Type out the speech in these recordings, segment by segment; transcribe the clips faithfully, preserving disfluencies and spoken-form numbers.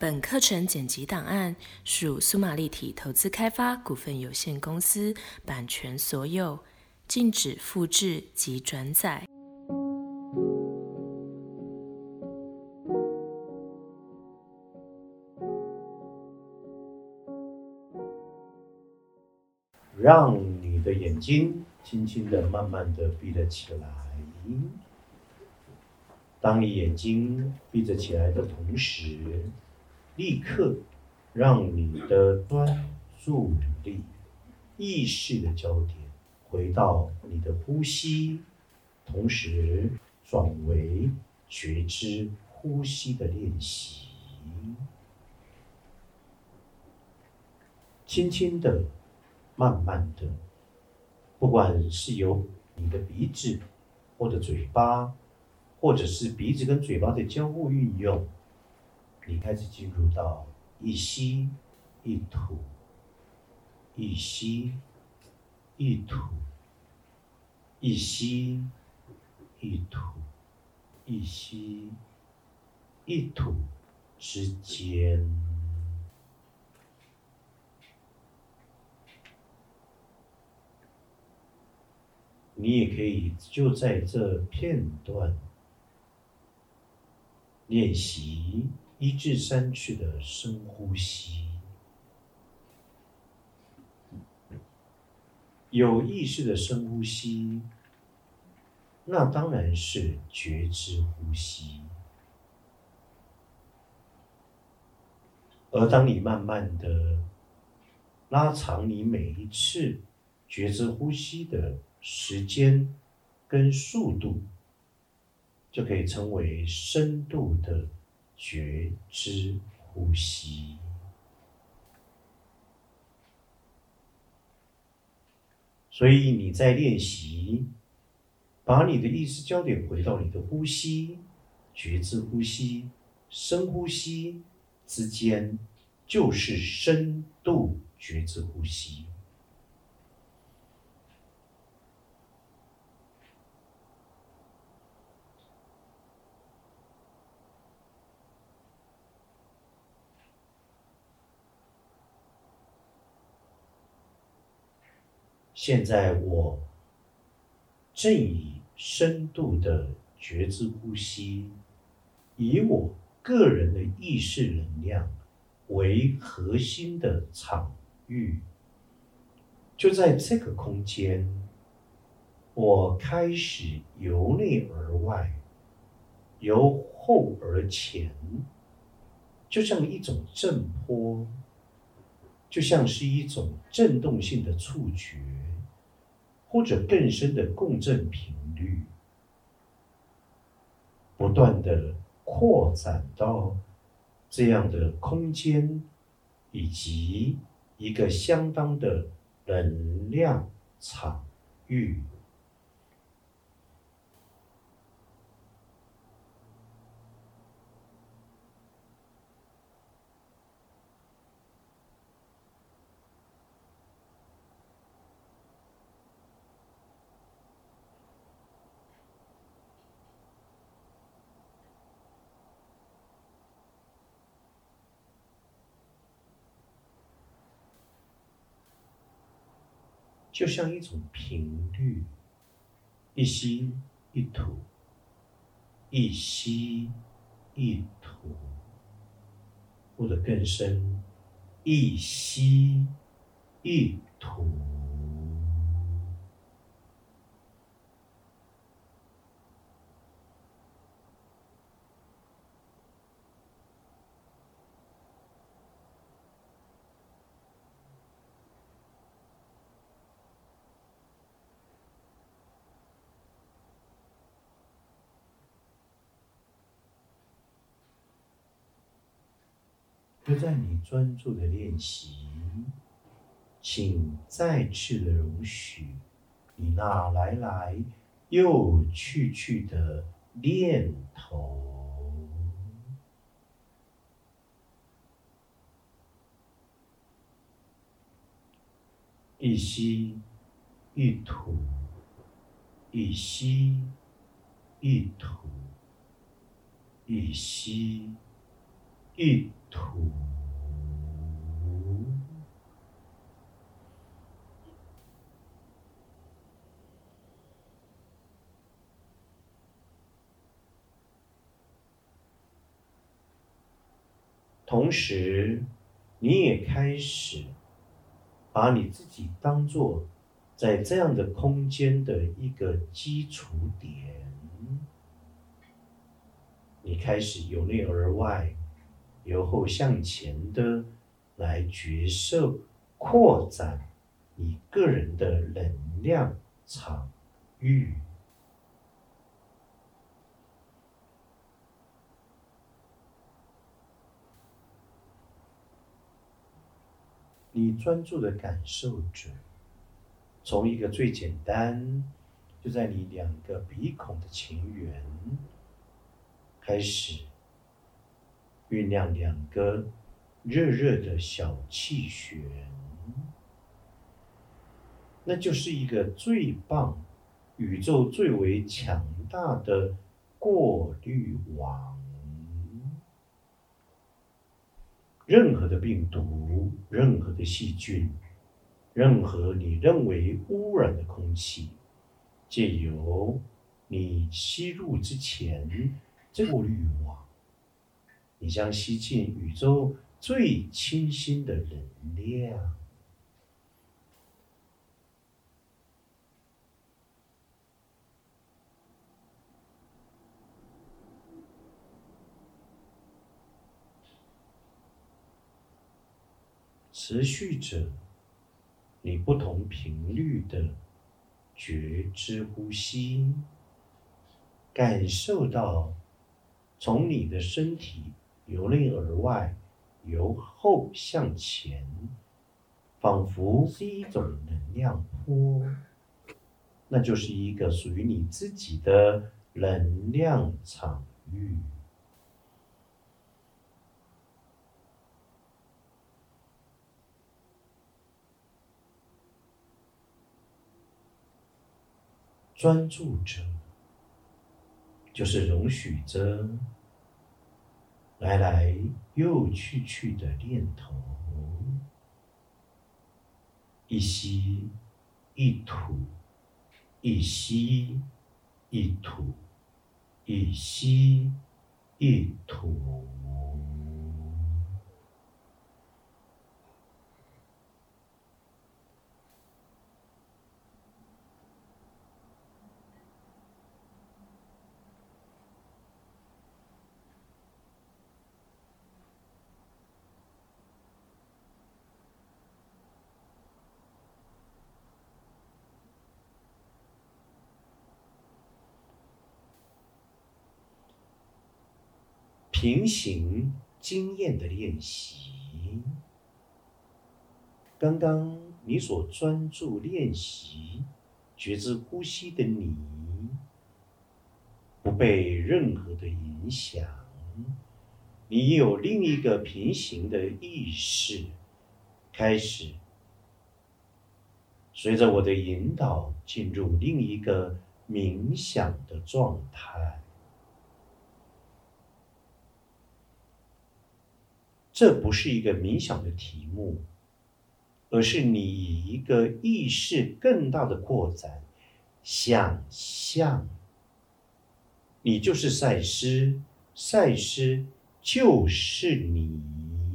本课程剪辑档案属苏马立体投资开发股份有限公司版权所有，禁止复制及转载。 让你的眼睛轻轻的、慢慢的闭了起来。当你眼睛闭着起来的同时，立刻让你的专注力、意识的焦点回到你的呼吸，同时转为觉知呼吸的练习。轻轻的、慢慢的，不管是由你的鼻子或者嘴巴，或者是鼻子跟嘴巴的交互运用，你开始进入到一吸一吐，一吸一吐，一吸一吐，一吸一吐之间。你也可以就在这片段练习一至三次的深呼吸，有意识的深呼吸，那当然是觉知呼吸。而当你慢慢的拉长你每一次觉知呼吸的时间跟速度，就可以称为深度的觉知呼吸。所以你在练习，把你的意识焦点回到你的呼吸，觉知呼吸、深呼吸之间，就是深度觉知呼吸。现在我正以深度的觉知呼吸，以我个人的意识能量为核心的场域，就在这个空间，我开始由内而外，由后而前，就像一种震波，就像是一种振动性的触觉，或者更深的共振频率，不断的扩展到这样的空间，以及一个相当的能量场域。就像一种频率，一吸一吐，一吸一吐，或者更深，一吸一吐。就在你专注的练习，请再次的容许你那来来又去去的念头，一吸一吐，一吸一吐，一吸一吐。同时，你也开始把你自己当作在这样的空间的一个基础点，你开始由内而外、由后向前的来觉受、扩展你个人的能量场域。你专注的感受着，从一个最简单，就在你两个鼻孔的前缘开始酝酿两个热热的小气旋，那就是一个最棒、宇宙最为强大的过滤网。任何的病毒，任何的细菌，任何你认为污染的空气，借由你吸入之前这个过滤网，你将吸进宇宙最清新的能量。持续着你不同频率的觉知呼吸，感受到从你的身体由内而外、由后向前，仿佛是一种能量波，那就是一个属于你自己的能量场域。专注着，就是容许着来来又去去的念头，一吸一吐，一吸一吐，一吸一吐。平行经验的练习，刚刚你所专注练习觉知呼吸的你，不被任何的影响，你有另一个平行的意识开始随着我的引导进入另一个冥想的状态。这不是一个冥想的题目，而是你以一个意识更大的扩展，想象你就是赛斯，赛斯就是你。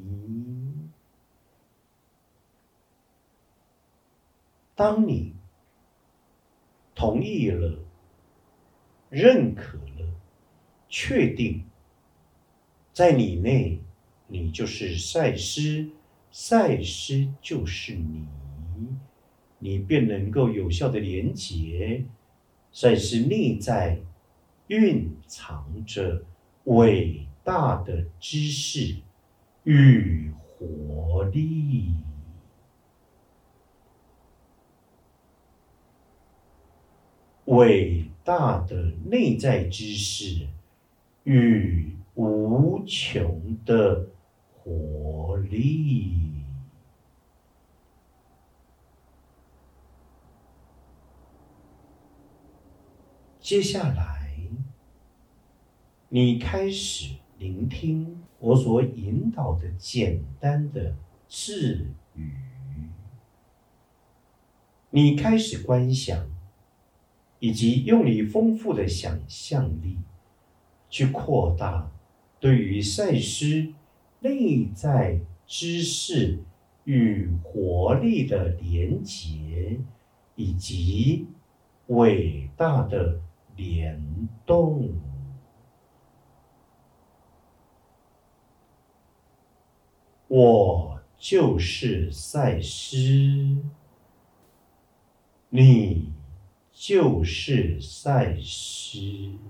当你同意了、认可了、确定，在你内你就是赛斯，赛斯就是你，你便能够有效的连结赛斯内在蕴藏着伟大的知识与活力。伟大的内在知识与无穷的活力。接下来，你开始聆听我所引导的简单的智语，你开始观想，以及用你丰富的想象力去扩大对于赛斯内在知识与活力的连结，以及伟大的联动。我就是赛斯，你就是赛斯。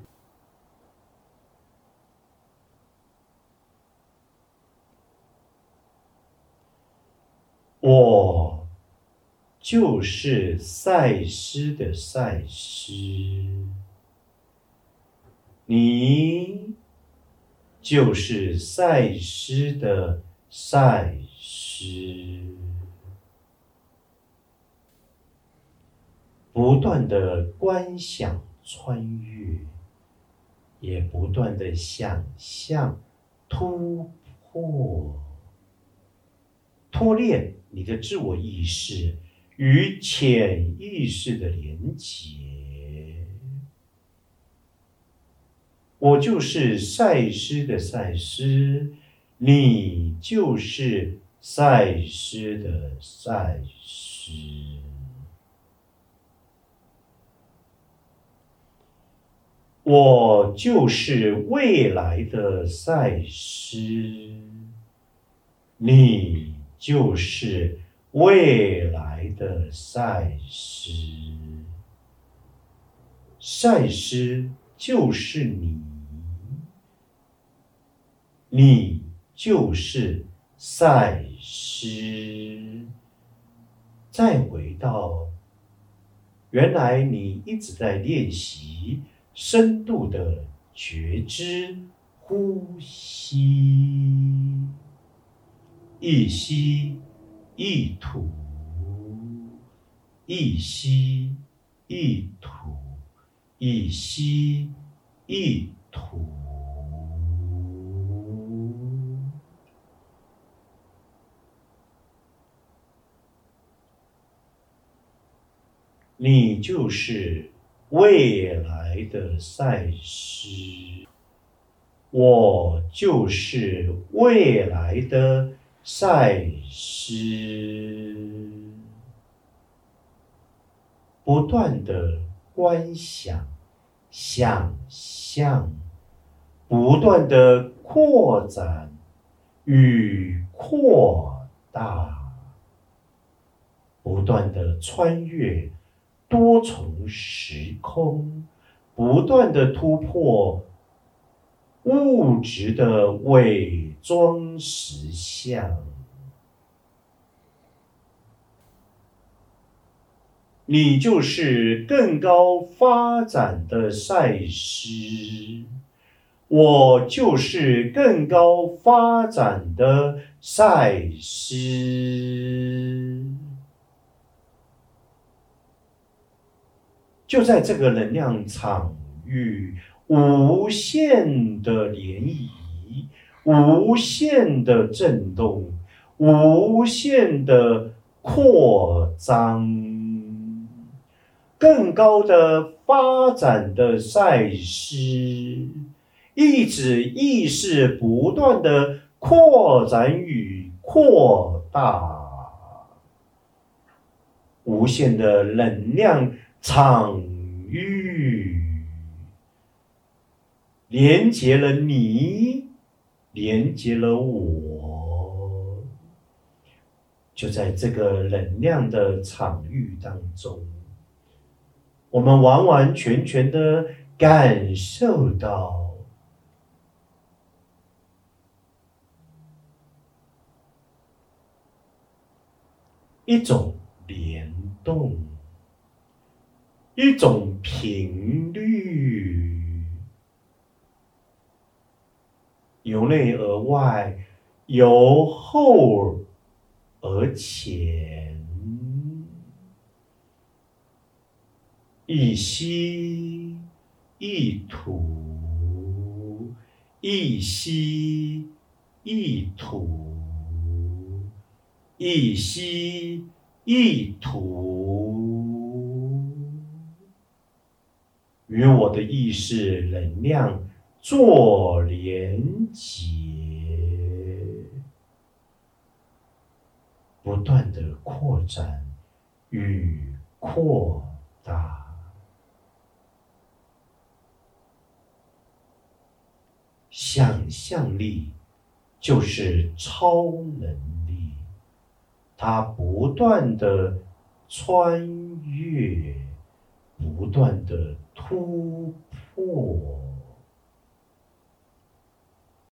我就是赛斯的赛斯，你就是赛斯的赛斯。不断的观想穿越，也不断的想象突破，脱裂你的自我意识与潜意识的连结。我就是赛斯的赛斯，你就是赛斯的赛斯。我就是未来的赛斯，你就是未来的赛斯。赛斯就是你，你就是赛斯。再回到原来你一直在练习深度的觉知呼吸，一吸一吐，一吸一吐，一吸一吐。你就是未来的赛斯，我就是未来的赛斯。不断的观想、想象，不断的扩展与扩大，不断的穿越多重时空，不断的突破物质的伪装实相。你就是更高发展的赛斯，我就是更高发展的赛斯。就在这个能量场域，无限的涟漪，无限的震动，无限的扩张。更高的发展的赛斯，一直意识不断的扩展与扩大，无限的能量场域，连接了你，连接了我，就在这个能量的场域当中，我们完完全全的感受到一种联动，一种频率，由内而外，由后而前，一吸一吐，一吸一吐，一吸一吐，与我的意识能量做连结，不断的扩展与扩大。想象力就是超能力，它不断的穿越，不断的突破，